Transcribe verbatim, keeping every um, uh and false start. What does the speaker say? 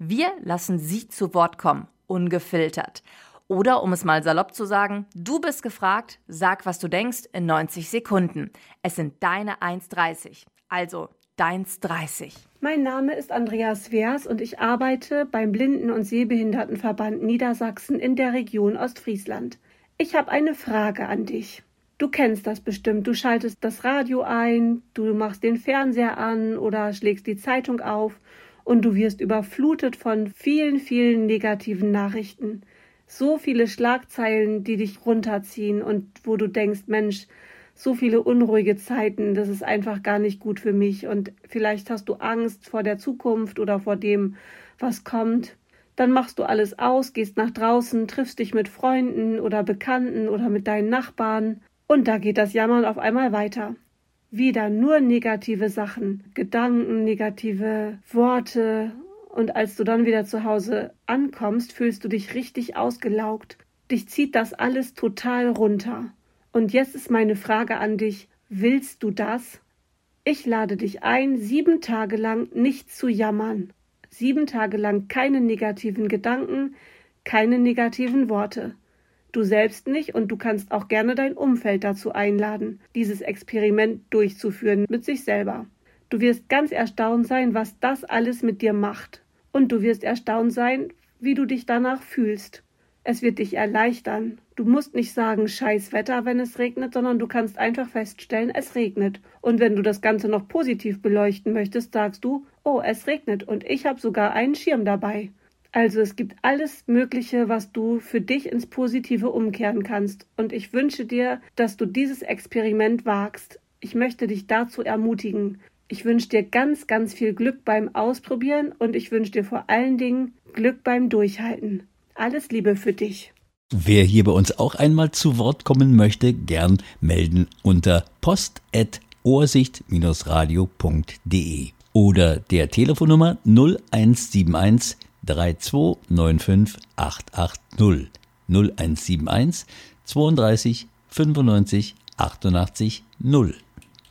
Wir lassen Sie zu Wort kommen, ungefiltert. Oder, um es mal salopp zu sagen, du bist gefragt, sag, was du denkst, in neunzig Sekunden. Es sind deine eins dreißig, also deins dreißig. Mein Name ist Andrea Svers und ich arbeite beim Blinden- und Sehbehindertenverband Niedersachsen in der Region Ostfriesland. Ich habe eine Frage an dich. Du kennst das bestimmt. Du schaltest das Radio ein, du machst den Fernseher an oder schlägst die Zeitung auf und du wirst überflutet von vielen, vielen negativen Nachrichten. So viele Schlagzeilen, die dich runterziehen und wo du denkst, Mensch, so viele unruhige Zeiten, das ist einfach gar nicht gut für mich und vielleicht hast du Angst vor der Zukunft oder vor dem, was kommt. Dann machst du alles aus, gehst nach draußen, triffst dich mit Freunden oder Bekannten oder mit deinen Nachbarn und da geht das Jammern auf einmal weiter. Wieder nur negative Sachen, Gedanken, negative Worte. Und als du dann wieder zu Hause ankommst, fühlst du dich richtig ausgelaugt. Dich zieht das alles total runter. Und jetzt ist meine Frage an dich, willst du das? Ich lade dich ein, sieben Tage lang nicht zu jammern. Sieben Tage lang keine negativen Gedanken, keine negativen Worte. Du selbst nicht und du kannst auch gerne dein Umfeld dazu einladen, dieses Experiment durchzuführen mit sich selber. Du wirst ganz erstaunt sein, was das alles mit dir macht. Und du wirst erstaunt sein, wie du dich danach fühlst. Es wird dich erleichtern. Du musst nicht sagen, scheiß Wetter, wenn es regnet, sondern du kannst einfach feststellen, es regnet. Und wenn du das Ganze noch positiv beleuchten möchtest, sagst du, oh, es regnet und ich habe sogar einen Schirm dabei. Also es gibt alles Mögliche, was du für dich ins Positive umkehren kannst. Und ich wünsche dir, dass du dieses Experiment wagst. Ich möchte dich dazu ermutigen. Ich wünsche dir ganz, ganz viel Glück beim Ausprobieren und ich wünsche dir vor allen Dingen Glück beim Durchhalten. Alles Liebe für dich. Wer hier bei uns auch einmal zu Wort kommen möchte, gern melden unter post at ohrsicht radio punkt de oder der Telefonnummer null eins sieben eins drei zwei neun fünf acht acht null null eins sieben eins zweiunddreißig fünfundneunzig achtundachtzig null.